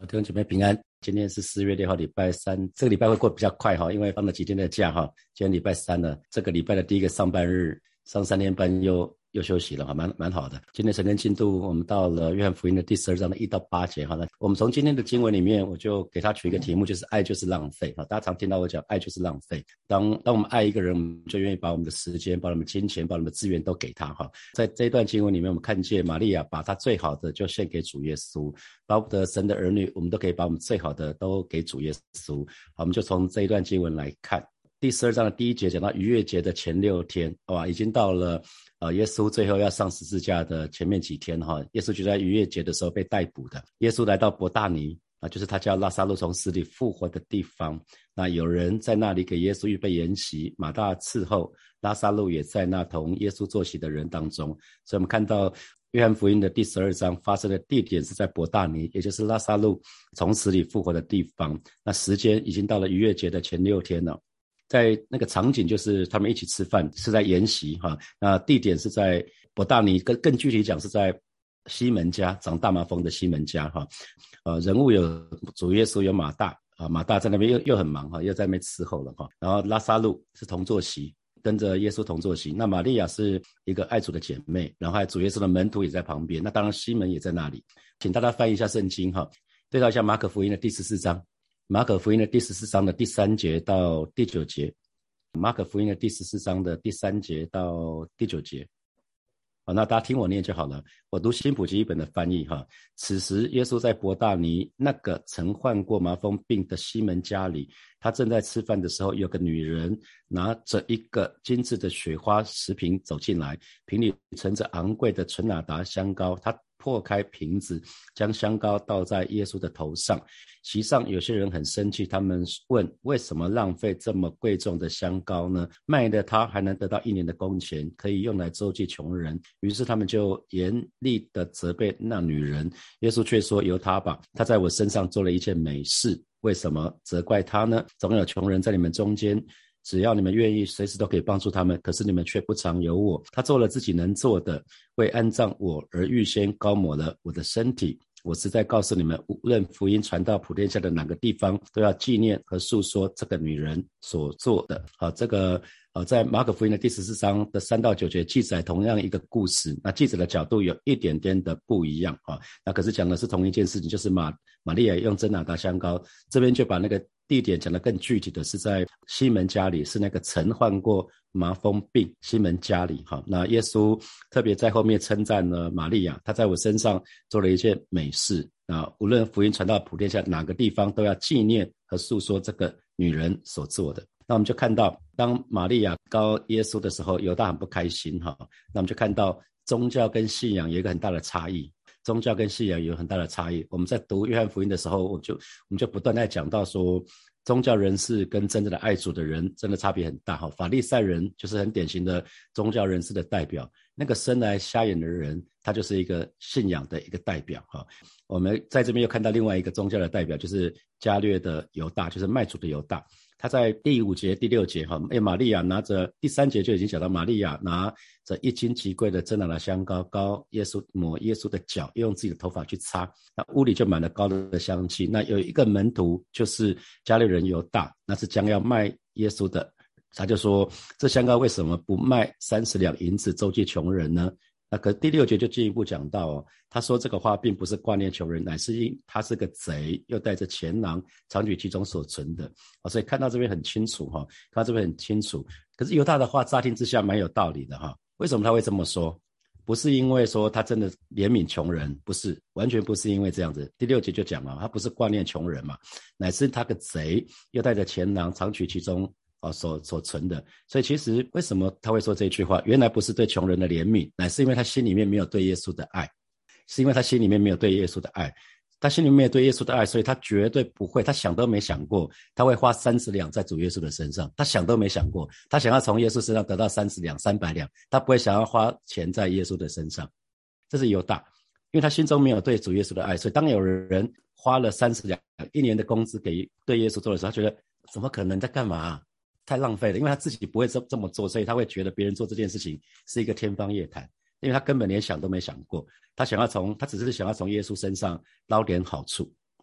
弟兄姐妹平安，今天是4月6号礼拜三，这个礼拜会过得比较快因为放了几天的假今天礼拜三了，这个礼拜的第一个上班日，上3天班又休息了蛮好的。今天晨更进度我们到了约翰福音的第12章的1到8节那我们从今天的经文里面，我就给他取一个题目，就是爱就是浪费大家常听到我讲爱就是浪费。当我们爱一个人，我们就愿意把我们的时间，把我们的金钱，把我们的资源都给他在这一段经文里面，我们看见玛利亚把她最好的就献给主耶稣，巴不得神的儿女我们都可以把我们最好的都给主耶稣。好，我们就从这一段经文来看第12章的第1节，讲到逾越节的前6天已经到了耶稣最后要上十字架的前面几天耶稣就在逾越节的时候被逮捕的。耶稣来到伯大尼，就是他叫拉撒路从死里复活的地方。那有人在那里给耶稣预备筵席，马大伺候，拉撒路也在那同耶稣坐席的人当中。所以我们看到约翰福音的第12章发生的地点是在伯大尼，也就是拉撒路从死里复活的地方。那时间已经到了逾越节的前6天了。在那个场景就是他们一起吃饭，是在筵席那地点是在伯大尼，更具体讲是在西门家，长大麻风的西门家人物有主耶稣，有马大马大在那边又很忙又在那边伺候了然后拉撒路是同坐席，跟着耶稣同坐席。那玛利亚是一个爱主的姐妹，然后还有主耶稣的门徒也在旁边，那当然西门也在那里。请大家翻译一下圣经对照一下马可福音的第14章，马可福音的第14章的第3节到第9节，马可福音的第14章的第3节到第9节。那大家听我念就好了，我读新普及译本的翻译此时耶稣在伯大尼那个曾患过麻风病的西门家里，他正在吃饭的时候，有个女人拿着一个精致的雪花石瓶走进来，瓶里盛着昂贵的纯哪达香膏，她破开瓶子，将香膏倒在耶稣的头上。席上有些人很生气，他们问为什么浪费这么贵重的香膏呢？卖了它还能得到1年的工钱，可以用来周济穷人。于是他们就严厉地责备那女人。耶稣却说，由她吧，她在我身上做了一件美事，为什么责怪她呢？总有穷人在你们中间，只要你们愿意，随时都可以帮助他们，可是你们却不常有我。他做了自己能做的，为安葬我而预先膏抹了我的身体。我实在告诉你们，无论福音传到普天下的哪个地方，都要纪念和述说这个女人所做的。这个在马可福音的第14章的3到9节记载同样一个故事，那记载的角度有一点点的不一样那可是讲的是同一件事情，就是玛利亚用真哪达香膏。这边就把那个地点讲得更具体的是在西门家里，是那个曾患过麻风病西门家里那耶稣特别在后面称赞了玛利亚，她在我身上做了一件美事。那无论福音传到普天下哪个地方，都要纪念和述说这个女人所做的。那我们就看到当玛利亚膏耶稣的时候，犹大很不开心那我们就看到宗教跟信仰有一个很大的差异，宗教跟信仰有很大的差异。我们在读约翰福音的时候，我们就不断在讲到说，宗教人士跟真正的爱主的人真的差别很大法利赛人就是很典型的宗教人士的代表，那个生来瞎眼的人，他就是一个信仰的一个代表我们在这边又看到另外一个宗教的代表，就是加略的犹大，就是卖主的犹大。他在第5节第6节玛利亚拿着，第3节就已经讲到玛利亚拿着1斤极贵的真哪达香膏，膏耶稣，抹耶稣的脚，又用自己的头发去擦，那屋里就满了膏的香气。那有一个门徒就是加略人犹大，那是将要卖耶稣的，他就说这香膏为什么不卖30两银子周济穷人呢？那可第6节就进一步讲到他说这个话并不是挂念穷人，乃是因他是个贼，又带着钱囊，常取其中所存的所以看到这边很清楚看到这边很清楚。可是犹大的话乍听之下蛮有道理的为什么他会这么说？不是因为说他真的怜悯穷人，不是，完全不是因为这样子。第6节就讲了，他不是挂念穷人嘛，乃是他个贼，又带着钱囊，常取其中所存的。所以其实为什么他会说这句话，原来不是对穷人的怜悯，乃是因为他心里面没有对耶稣的爱，是因为他心里面没有对耶稣的爱，他心里面没有对耶稣的爱，所以他绝对不会，他想都没想过他会花30两在主耶稣的身上，他想都没想过，他想要从耶稣身上得到30两300两，他不会想要花钱在耶稣的身上。这是犹大，因为他心中没有对主耶稣的爱，所以当有人花了30两1年的工资给对耶稣做的时候，他觉得怎么可能，在干嘛太浪费了，因为他自己不会这么做，所以他会觉得别人做这件事情是一个天方夜谭，因为他根本连想都没想过，他只是想要从耶稣身上捞点好处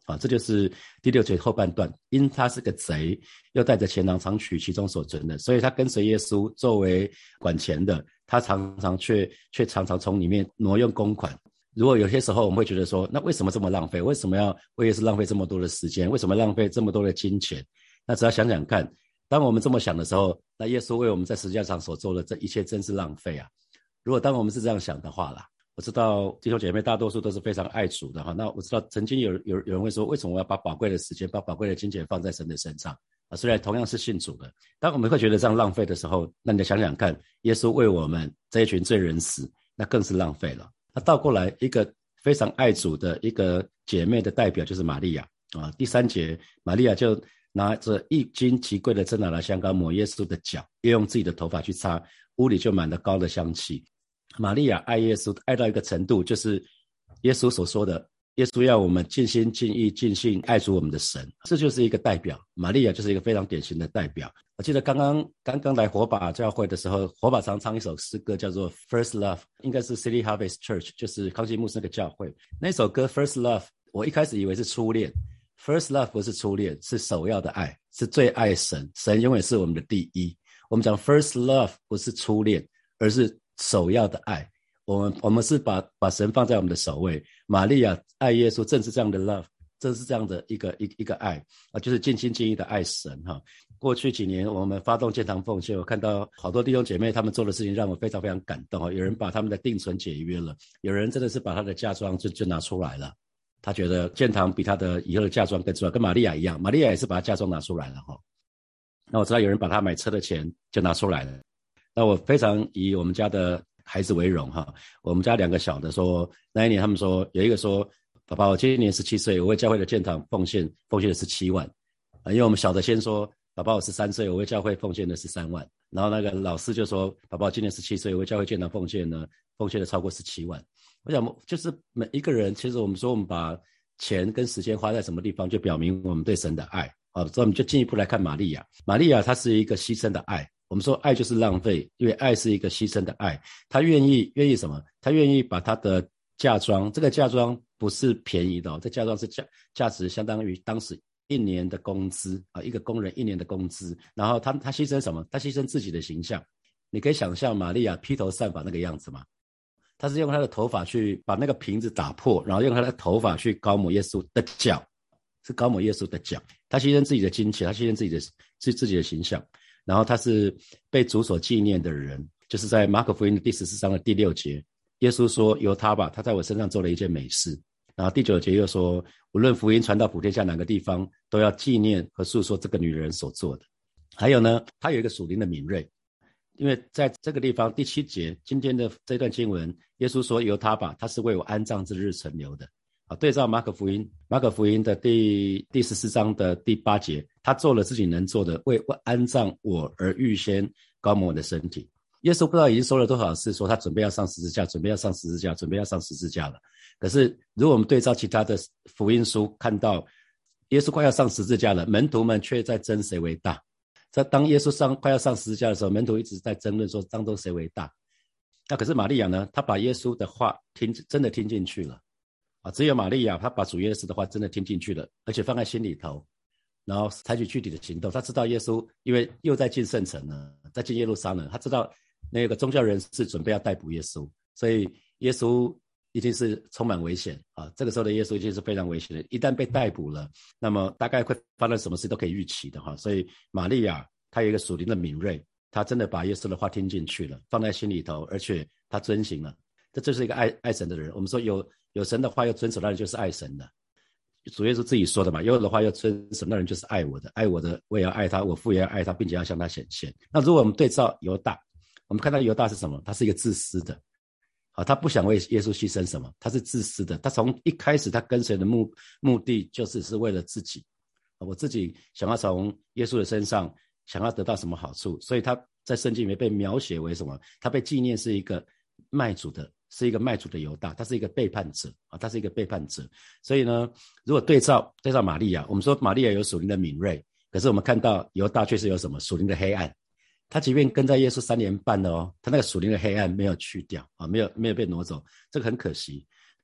这就是第6节后半段，因他是个贼，又带着钱囊常取其中所存的，所以他跟随耶稣作为管钱的，他常常却常常从里面挪用公款。如果有些时候我们会觉得说，那为什么这么浪费？为什么要为耶稣浪费这么多的时间？为什么浪费这么多的金钱？那只要想想看，当我们这么想的时候，那耶稣为我们在十字架上所做的这一切真是浪费啊。如果当我们是这样想的话啦，我知道弟兄姐妹大多数都是非常爱主的哈。那我知道曾经有人会说，为什么我要把宝贵的时间、把宝贵的金钱放在神的身上啊？虽然同样是信主的，当我们会觉得这样浪费的时候，那你想想看，耶稣为我们这一群罪人死，那更是浪费了。那倒过来，一个非常爱主的一个姐妹的代表就是玛利亚啊。第3节，玛利亚就拿着1斤极贵的真拿来香膏抹耶稣的脚，又用自己的头发去擦，屋里就满了膏的香气。玛利亚爱耶稣爱到一个程度，就是耶稣所说的，耶稣要我们尽心尽意尽性爱主我们的神，这就是一个代表。玛利亚就是一个非常典型的代表。我记得刚刚来火把教会的时候，火把常唱一首诗歌叫做 First Love， 应该是 City Harvest Church， 就是康熙牧师那个教会。那首歌 First Love 我一开始以为是初恋， First Love 不是初恋，是首要的爱，是最爱神，神永远是我们的第一。我们讲 First Love 不是初恋，而是首要的爱。我们是把神放在我们的首位。玛利亚爱耶稣正是这样的 love， 正是这样的一个爱啊，就是尽心尽意的爱神哈。过去几年我们发动建堂奉献，我看到好多弟兄姐妹他们做的事情让我非常非常感动。有人把他们的定存解约了，有人真的是把他的嫁妆就拿出来了，他觉得建堂比他的以后的嫁妆更重要，跟玛利亚一样，玛利亚也是把他嫁妆拿出来了哈。那我知道有人把他买车的钱就拿出来了。那我非常以我们家的孩子为荣哈。我们家2个小的说，那一年他们说，有一个说，爸爸我今年17岁，我为教会的建堂奉献的17万因为我们小的先说，爸爸我13岁，我为教会奉献的13万。然后那个老师就说，爸爸我今年17岁，我为教会建堂奉献的超过17万。我想就是每一个人，其实我们说我们把钱跟时间花在什么地方，就表明我们对神的爱所以我们就进一步来看玛利亚。玛利亚她是一个牺牲的爱。我们说爱就是浪费，因为爱是一个牺牲的爱。她愿意什么？她愿意把她的嫁妆，这个嫁妆不是便宜的这嫁妆是价值相当于当时1年的工资一个工人1年的工资。然后她牺牲什么？她牺牲自己的形象。你可以想象玛利亚披头散发那个样子吗？她是用她的头发去把那个瓶子打破，然后用她的头发去膏抹耶稣的脚，是膏抹耶稣的脚。她牺牲自己的金钱，她牺牲自己的形象。然后他是被主所纪念的人，就是在马可福音的第14章的第6节，耶稣说由他吧，他在我身上做了一件美事。然后第9节又说，无论福音传到普天下哪个地方，都要纪念和述说这个女人所做的。还有呢，他有一个属灵的敏锐，因为在这个地方第7节今天的这段经文，耶稣说由他吧，他是为我安葬之日存留的。对照马可福音的第14章的第8节，他做了自己能做的，为安葬我而预先膏抹我的身体。耶稣不知道已经说了多少次说他准备要上十字架，准备要上十字架，准备要上十字架了。可是如果我们对照其他的福音书，看到耶稣快要上十字架了，门徒们却在争谁为大。在当耶稣快要上十字架的时候，门徒一直在争论说当中谁为大。那可是玛利亚呢，她把耶稣的话真的听进去了只有玛利亚她把主耶稣的话真的听进去了，而且放在心里头，然后采取具体的行动。她知道耶稣因为又在进圣城了，在进耶路撒冷，她知道那个宗教人士准备要逮捕耶稣，所以耶稣一定是充满危险这个时候的耶稣一定是非常危险的。一旦被逮捕了，那么大概会发生什么事都可以预期的所以玛利亚她有一个属灵的敏锐，她真的把耶稣的话听进去了，放在心里头，而且她遵行了。这就是一个爱神的人。我们说有神的话要遵守，那人就是爱神的。主耶稣自己说的嘛，有的话要遵守，那人就是爱我的，爱我的我也要爱他，我父也要爱他，并且要向他显现。那如果我们对照犹大，我们看到犹大是什么？他是一个自私的他不想为耶稣牺牲什么，他是自私的。他从一开始他跟随的目的就是为了自己，我自己想要从耶稣的身上想要得到什么好处，所以他在圣经里面被描写为什么？他被纪念是一个卖主的犹大，他是一个背叛者他是一个背叛者。所以呢，如果对照玛利亚，我们说玛利亚有属灵的敏锐，可是我们看到犹大确实有什么属灵的黑暗。他即便跟在耶稣3年半了他那个属灵的黑暗没有去掉没有被挪走，这个很可惜。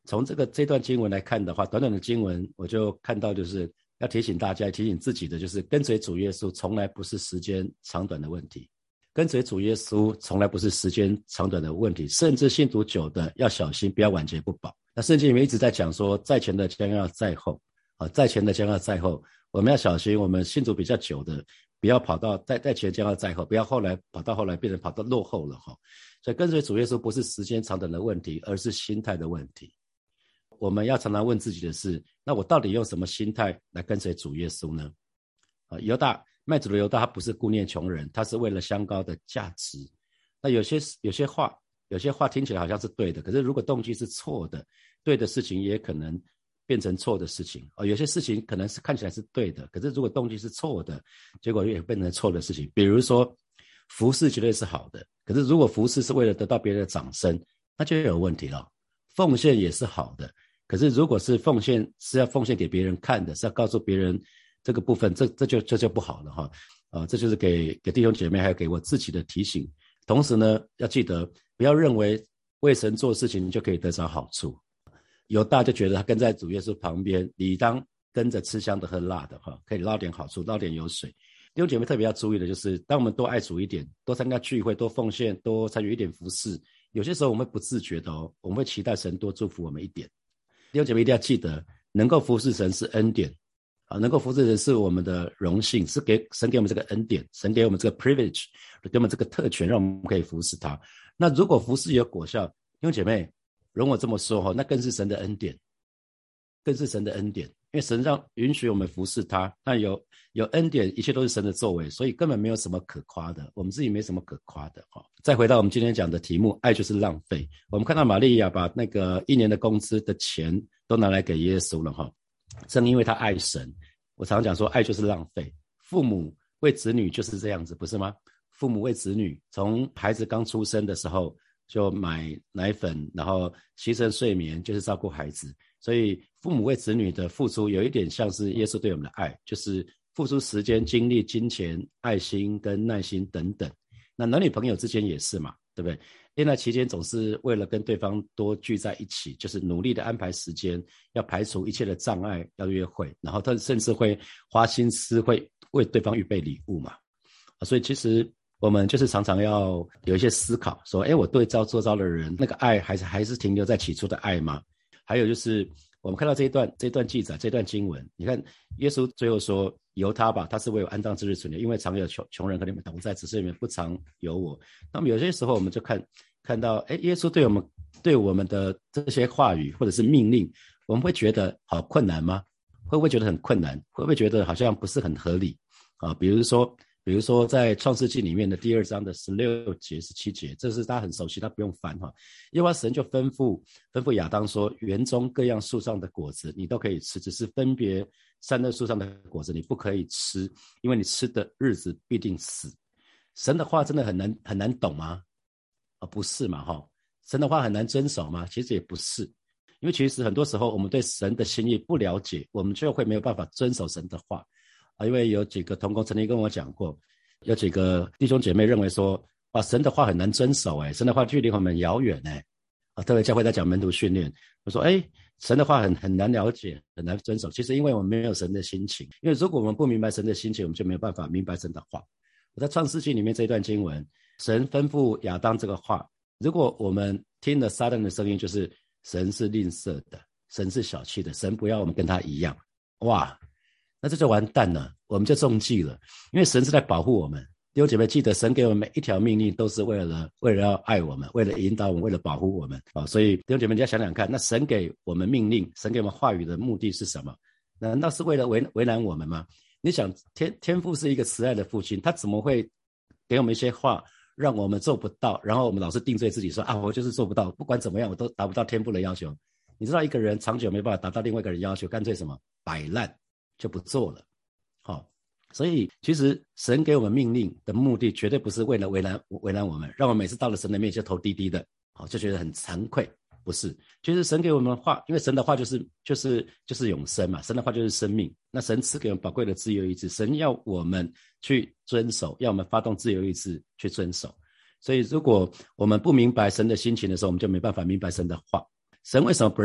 从这段经文来看的话，短短的经文我就看到就是要提醒大家，提醒自己的就是跟随主耶稣从来不是时间长短的问题，跟随主耶稣从来不是时间长短的问题，甚至信主久的要小心不要晚节不保。那圣经里面一直在讲说在前的将要在后，在前的将要在后，我们要小心我们信主比较久的不要跑到在前将要在后，不要后来跑到后来变成跑到落后了。所以跟随主耶稣不是时间长短的问题，而是心态的问题。我们要常常问自己的是，那我到底用什么心态来跟随主耶稣呢？犹大卖主的犹大他不是顾念穷人，他是为了香膏的价值。那有些话听起来好像是对的，可是如果动机是错的，对的事情也可能变成错的事情。有些事情可能是看起来是对的，可是如果动机是错的，结果也变成错的事情。比如说服事绝对是好的，可是如果服事是为了得到别人的掌声，那就有问题了。奉献也是好的，可是如果是奉献是要奉献给别人看的，是要告诉别人这个部分，这就不好了这就是给弟兄姐妹还有给我自己的提醒。同时呢，要记得不要认为为神做事情就可以得着好处。犹大就觉得他跟在主耶稣旁边，理当跟着吃香的喝辣的可以捞点好处，捞点油水。弟兄姐妹特别要注意的就是，当我们多爱主一点，多参加聚会，多奉献，多参与一点服事，有些时候我们会不自觉的我们会期待神多祝福我们一点。弟兄姐妹一定要记得，能够服事神是恩典能够服事神是我们的荣幸，是神给我们这个恩典，神给我们这个 privilege， 给我们这个特权，让我们可以服事他。那如果服事有果效，弟兄姐妹容我这么说那更是神的恩典，更是神的恩典。因为神允许我们服侍他，那有恩典，一切都是神的作为，所以根本没有什么可夸的，我们自己没什么可夸的再回到我们今天讲的题目，爱就是浪费。我们看到玛利亚把那个1年的工资的钱都拿来给耶稣了正因为他爱神。我常讲说爱就是浪费，父母为子女就是这样子，不是吗？父母为子女，从孩子刚出生的时候就买奶粉，然后牺牲睡眠，就是照顾孩子。所以父母为子女的付出有一点像是耶稣对我们的爱，就是付出时间、精力、金钱、爱心跟耐心等等。那男女朋友之间也是嘛，对不对？恋爱期间总是为了跟对方多聚在一起，就是努力的安排时间，要排除一切的障碍，要约会，然后他甚至会花心思会为对方预备礼物嘛。所以其实我们就是常常要有一些思考，说我对周遭的人那个爱还是停留在起初的爱吗？还有就是我们看到这一段记载，这段经文，你看耶稣最后说由他吧，他是为我安当之日存留，因为常有穷人和你们同在，只是你们不常有我。那么有些时候我们就看到耶稣对我们的这些话语或者是命令，我们会觉得好困难吗？会不会觉得很困难？会不会觉得好像不是很合理比如说在创世纪里面的第2章的16节17节，这是大家很熟悉，他不用翻耶和华神就吩咐亚当说，园中各样树上的果子你都可以吃，只是分别善恶树上的果子你不可以吃，因为你吃的日子必定死。神的话真的很难懂吗？不是嘛神的话很难遵守吗？其实也不是，因为其实很多时候我们对神的心意不了解，我们就会没有办法遵守神的话因为有几个同工曾经跟我讲过，有几个弟兄姐妹认为说神的话很难遵守神的话距离我们很遥远特别教会在讲门徒训练，我说神的话很难了解，很难遵守。其实因为我们没有神的心情，因为如果我们不明白神的心情，我们就没有办法明白神的话。我在创世纪里面这一段经文，神吩咐亚当这个话，如果我们听了撒旦的声音，就是神是吝啬的，神是小气的，神不要我们跟他一样，哇，那这就完蛋了，我们就中计了。因为神是在保护我们，弟兄姐妹记得，神给我们每一条命令都是为了要爱我们，为了引导我们，为了保护我们所以弟兄姐妹你要想想看，那神给我们命令，神给我们话语的目的是什么？难道是为了为难我们吗？你想天父是一个慈爱的父亲，他怎么会给我们一些话让我们做不到，然后我们老是定罪自己说我就是做不到，不管怎么样我都达不到天父的要求。你知道一个人长久没办法达到另外一个人要求，干脆什么？摆烂就不做了所以其实神给我们命令的目的绝对不是为了为难我们，让我们每次到了神的面前就头低低的就觉得很惭愧，不是。其实神给我们的话，因为神的话就是永生嘛，神的话就是生命，那神赐给我们宝贵的自由意志，神要我们去遵守，要我们发动自由意志去遵守。所以如果我们不明白神的心情的时候，我们就没办法明白神的话。神为什么不让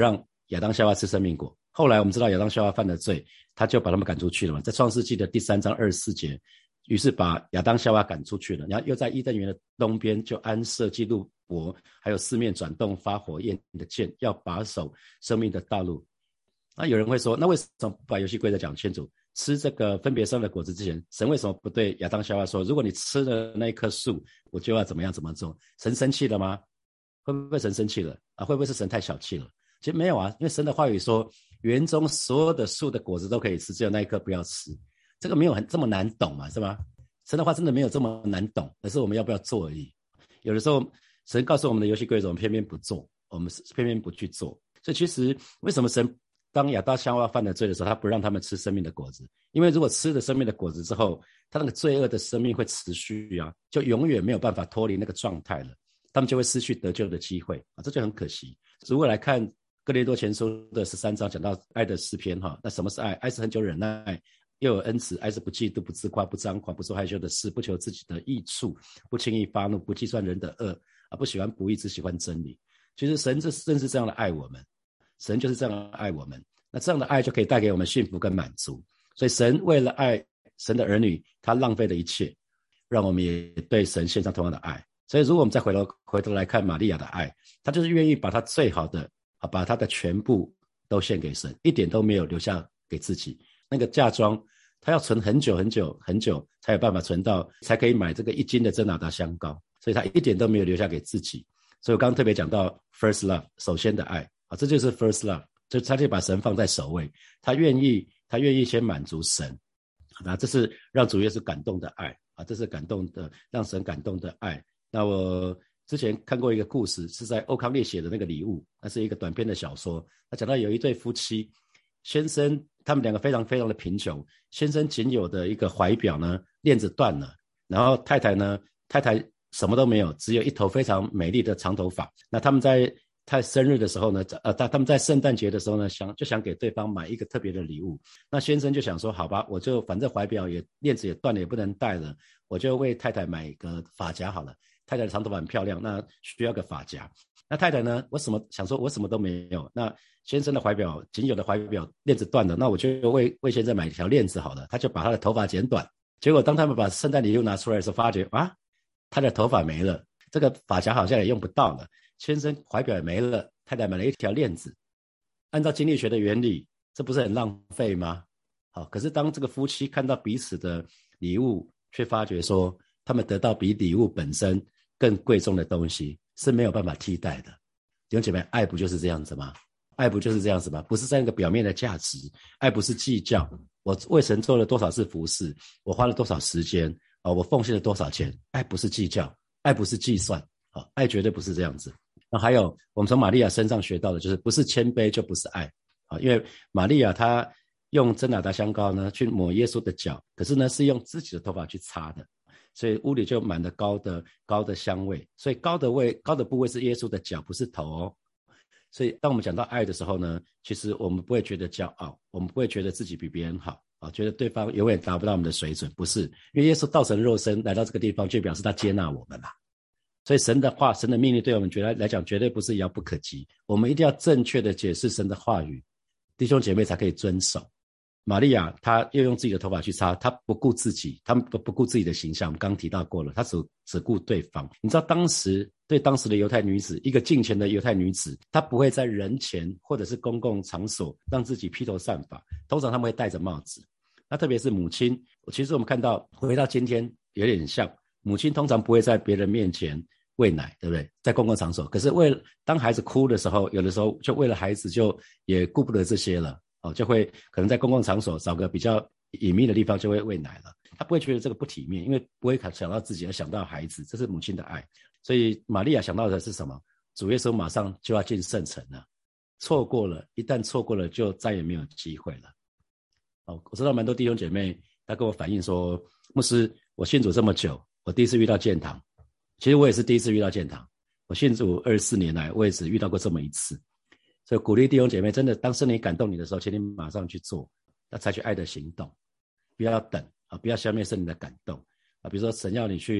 亚当夏娃吃生命果。后来我们知道亚当夏娃犯了罪，他就把他们赶出去了嘛，在创世纪的第3章24节，于是把亚当夏娃赶出去了，然后又在伊甸园的东边就安设基路伯，还有四面转动发火焰的剑，要把守生命的道路。那有人会说，那为什么不把游戏规则讲清楚？吃这个分别善恶的果子之前，神为什么不对亚当夏娃说，如果你吃了那一棵树，我就要怎么样怎么做？神生气了吗？会不会神生气了啊？会不会是神太小气了？其实没有啊，因为神的话语说，园中所有的树的果子都可以吃，只有那一棵不要吃。这个没有这么难懂嘛，是吧？神的话真的没有这么难懂，而是我们要不要做而已。有的时候神告诉我们的游戏规则，我们偏偏不做，我们偏偏不去做。所以其实为什么神当亚当夏娃犯了罪的时候，他不让他们吃生命的果子？因为如果吃了生命的果子之后，他那个罪恶的生命会持续啊，就永远没有办法脱离那个状态了，他们就会失去得救的机会啊，这就很可惜。如果来看哥林多前书的13章讲到爱的诗篇哈，那什么是爱？爱是恒久忍耐，又有恩慈，爱是不嫉妒，不自夸，不张狂，不做害羞的事，不求自己的益处，不轻易发怒，不计算人的恶啊，不喜欢不义，只喜欢真理。其实神正是这样的爱我们，神就是这样爱我们，那这样的爱就可以带给我们幸福跟满足。所以神为了爱神的儿女，他浪费了一切，让我们也对神献上同样的爱。所以如果我们再回头来看玛利亚的爱，她就是愿意把她最好的把她的全部都献给神，一点都没有留下给自己。那个嫁妆她要存很久很久很久才有办法存到，才可以买这个1斤的真哪达香膏，所以她一点都没有留下给自己。所以我刚刚特别讲到 first love 首先的爱啊，这就是 first love， 就他就把神放在首位，他愿意先满足神啊，这是让主耶稣感动的爱啊，这是感动的让神感动的爱。那我之前看过一个故事，是在欧康烈写的那个礼物，那是一个短篇的小说，他讲到有一对夫妻，先生他们两个非常非常的贫穷，先生仅有的一个怀表呢链子断了，然后太太什么都没有，只有一头非常美丽的长头发。那他们在他生日的时候呢，他们在圣诞节的时候呢，就想给对方买一个特别的礼物。那先生就想说，好吧，我就反正怀表链子也断了，也不能戴了，我就为太太买一个发夹好了。太太的长头发很漂亮，那需要个发夹。那太太呢，我什么都没有。那先生的仅有的怀表链子断了，那我就为先生买一条链子好了。他就把他的头发剪短。结果当他们把圣诞礼物拿出来的时候，发觉啊，他的头发没了，这个发夹好像也用不到了，先生怀表也没了，太太买了一条链子。按照经济学的原理，这不是很浪费吗？好，可是当这个夫妻看到彼此的礼物，却发觉说他们得到比礼物本身更贵重的东西，是没有办法替代的。弟兄姐妹，爱不就是这样子吗？爱不就是这样子吗？不是在那个表面的价值，爱不是计较我为神做了多少次服事，我花了多少时间我奉献了多少钱。爱不是计较，爱不是计算爱绝对不是这样子。那还有我们从玛利亚身上学到的就是不是谦卑就不是爱因为玛利亚她用真哪达香膏呢去抹耶稣的脚，可是呢是用自己的头发去擦的，所以屋里就满了高的香味。所以高的部位是耶稣的脚，不是头所以当我们讲到爱的时候呢，其实我们不会觉得骄傲，我们不会觉得自己比别人好觉得对方永远达不到我们的水准，不是，因为耶稣道成肉身来到这个地方，就表示他接纳我们啦。所以神的话，神的命令对我们来讲绝对不是遥不可及，我们一定要正确的解释神的话语，弟兄姐妹才可以遵守。玛利亚她又用自己的头发去擦，她不顾自己，她不顾自己的形象，我们刚刚提到过了，她只顾对方。你知道当时的犹太女子，一个敬虔的犹太女子，她不会在人前或者是公共场所让自己披头散发，通常他们会戴着帽子。那特别是母亲，其实我们看到回到今天有点像，母亲通常不会在别人面前喂奶，对不对？在公共场所，可是当孩子哭的时候，有的时候就为了孩子就也顾不得这些了就会可能在公共场所找个比较隐秘的地方就会喂奶了。他不会觉得这个不体面，因为不会想到自己，而想到孩子，这是母亲的爱。所以玛利亚想到的是什么？主耶稣马上就要进圣城了，一旦错过了就再也没有机会了。我知道蛮多弟兄姐妹他跟我反映说，牧师，我信主这么久，我第一次遇到建堂。其实我也是第一次遇到建堂，我信主24年来我也只遇到过这么一次。所以鼓励弟兄姐妹，真的当圣灵感动你的时候，请你马上去做，要采取爱的行动，不要等不要消灭圣灵的感动比如说神要你去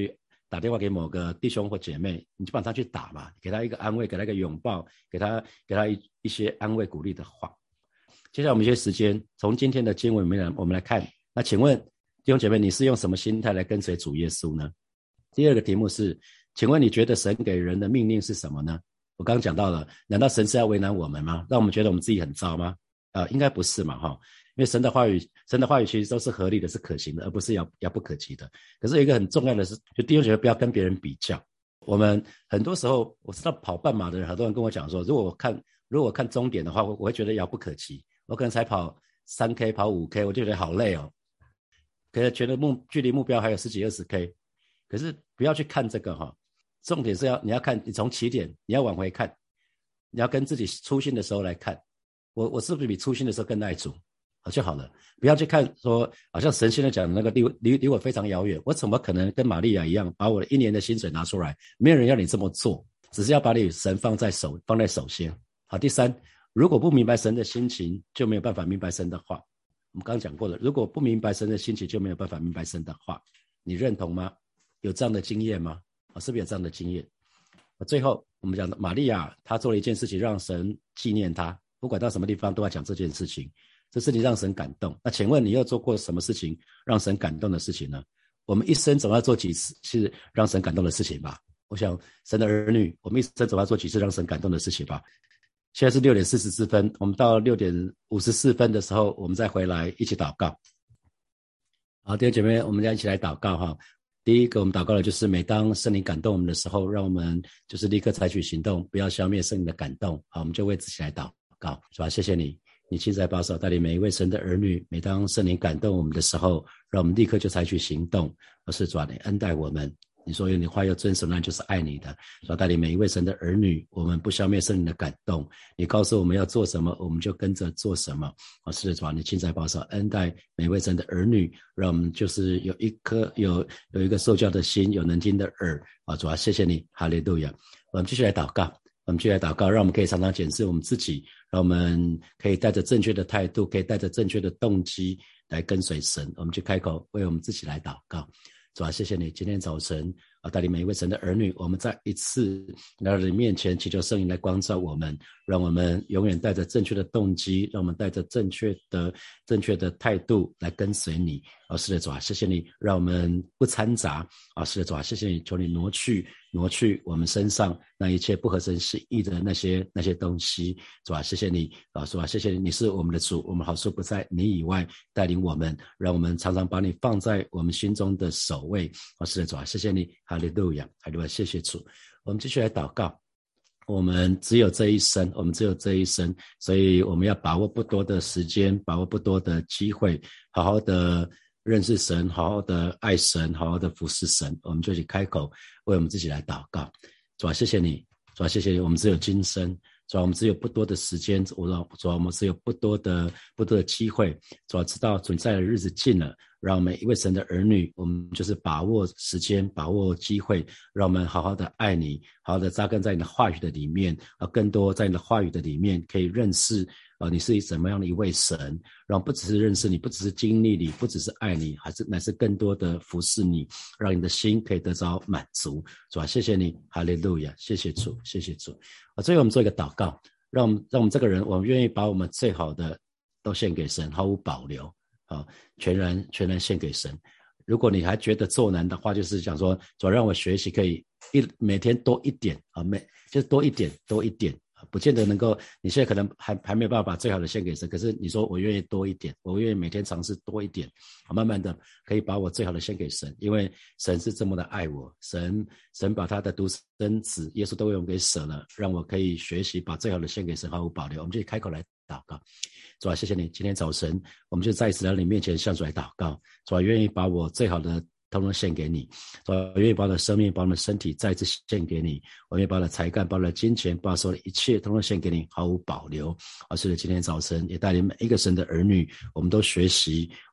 打电话给某个弟兄或姐妹，你就帮他去打嘛，给他一个安慰，给他一个拥抱，给他一些安慰鼓励的话。接下来我们一些时间，从今天的经文里面我们来看，那请问弟兄姐妹，你是用什么心态来跟随主耶稣呢？第二个题目是，请问你觉得神给人的命令是什么呢？我刚刚讲到了，难道神是要为难我们吗？让我们觉得我们自己很糟吗？应该不是嘛，因为神的话语其实都是合理的，是可行的，而不是遥不可及的。可是有一个很重要的是，就弟兄姐妹不要跟别人比较。我们很多时候，我知道跑半马的人，很多人跟我讲说，如果我看终点的话，我会觉得遥不可及。我可能才跑 3K 跑 5K 我就觉得好累哦，可能觉得距离目标还有10几20K。可是不要去看这个重点是你要看，你从起点你要往回看，你要跟自己初心的时候来看，我是不是比初心的时候更爱主就好了。不要去看说好像神现在讲的那个离我非常遥远，我怎么可能跟玛利亚一样把我的1年的薪水拿出来？没有人要你这么做，只是要把你神放在首先。好，第三，如果不明白神的心情，就没有办法明白神的话。我们刚刚讲过了，如果不明白神的心情，就没有办法明白神的话。你认同吗？有这样的经验吗？是不是有这样的经验？最后我们讲的玛利亚，她做了一件事情让神纪念她，不管到什么地方都要讲这件事情，这事情让神感动。那请问你又做过什么事情让神感动的事情呢？我们一生总要做几次是让神感动的事情吧。我想神的儿女，我们一生总要做几次让神感动的事情吧。现在是6点44分，我们到6点54分的时候，我们再回来一起祷告。好，弟兄姐妹，我们一起来祷告第一个我们祷告的就是每当圣灵感动我们的时候，让我们就是立刻采取行动，不要消灭圣灵的感动。好，我们就为自己来祷告。主啊，谢谢你亲自来保守带领每一位神的儿女，每当圣灵感动我们的时候，让我们立刻就采取行动。是主啊，你恩待我们，你说有你话要遵守，那就是爱你的。主啊，带领每一位神的儿女，我们不消灭圣灵的感动，你告诉我们要做什么，我们就跟着做什么。是的，主啊，你亲自来保守恩待每一位神的儿女，让我们就是有一个受教的心，有能听的耳。主啊，谢谢你，哈利路亚。我们继续来祷告，让我们可以常常检视我们自己，让我们可以带着正确的态度，可以带着正确的动机来跟随神。我们去开口为我们自己来祷告。主啊，谢谢你今天早晨带领每一位神的儿女，我们再一次来到你面前，祈求圣灵来光照我们，让我们永远带着正确的动机，让我们带着正确的态度来跟随你。是的，主啊，谢谢你让我们不掺杂。是的，主啊，谢谢你，求你挪去我们身上那一切不合神心意的那些东西。主啊，谢谢你主啊，谢谢你，你是我们的主，我们好处不在你以外，带领我们，让我们常常把你放在我们心中的首位。是的，主啊，谢谢你，哈利路亚，哈利路亚，谢谢主。我们继续来祷告。我们只有这一生，所以我们要把握不多的时间，把握不多的机会，好好的认识神，好好的爱神，好好的服侍神。我们就去开口为我们自己来祷告。主啊，谢谢你，主啊，谢谢你，我们只有今生，主啊，我们只有不多的时间，主啊，我们只有不多的机会。主啊，知道主在的日子近了，让我们一位神的儿女，我们就是把握时间，把握机会，让我们好好的爱你，好好的扎根在你的话语的里面，更多在你的话语的里面可以认识你是怎么样的一位神，让不只是认识你，不只是经历你，不只是爱你，乃是更多的服侍你，让你的心可以得着满足。主啊，谢谢你，哈利路亚，谢谢主，谢谢主。最后我们做一个祷告，让我们这个人，我们愿意把我们最好的都献给神，毫无保留，全然献给神。如果你还觉得做难的话，就是讲说，主让我学习可以每天多一点就是多一点，不见得能够，你现在可能还没有办法把最好的献给神，可是你说我愿意多一点，我愿意每天尝试多一点，慢慢的可以把我最好的献给神，因为神是这么的爱我，神把他的独生子耶稣都为我们给舍了，让我可以学习把最好的献给神，毫无保留。我们就开口来祷告。主啊，谢谢你，今天早晨我们就再一次来到你面前向主来祷告。主啊，愿意把我最好的统统献给你，我愿意把我的生命，把我的身体再一次献给你，我愿意把我的才干，把我的金钱，把所有的一切统统献给你，毫无保留。是的，今天早晨也带领每一个神的儿女，我们都学习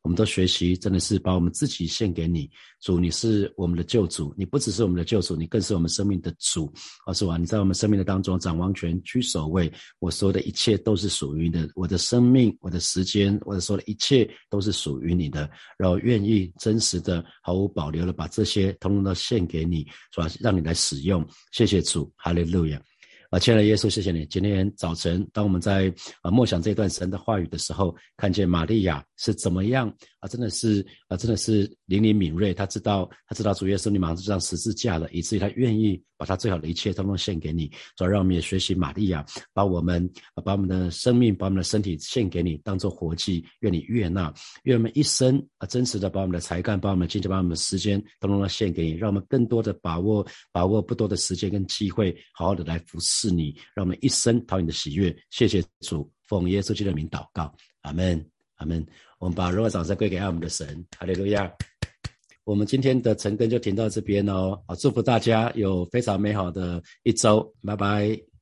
我们都学习真的是把我们自己献给你。主，你是我们的救主，你不只是我们的救主，你更是我们生命的主。主啊，你在我们生命的当中掌王权，居首位，我所有的一切都是属于你的，我的生命，我的时间，我的所有的一切都是属于你的，让我愿意真实的毫无保留的把这些统统都献给你，主啊，让你来使用。谢谢主，哈利路亚。亲爱的耶稣，谢谢你。今天早晨当我们在默想这段神的话语的时候，看见玛利亚是怎么样真的是灵敏敏锐，他知道主耶稣你马上就上十字架了，以至于他愿意把他最好的一切统统献给你。主要让我们也学习玛利亚，把我们的生命，把我们的身体献给你，当作活祭，愿你悦纳，愿我们一生真实的把我们的才干，把我们的金钱，把我们的时间统统的献给你，让我们更多的把握不多的时间跟机会，好好的来服侍你，让我们一生讨你的喜悦。谢谢主，奉耶稣基督的名祷告，阿们，阿们。我们把荣耀掌声归给爱我们的神，哈利路亚。我们今天的晨更就停到这边哦，祝福大家有非常美好的一周，拜拜。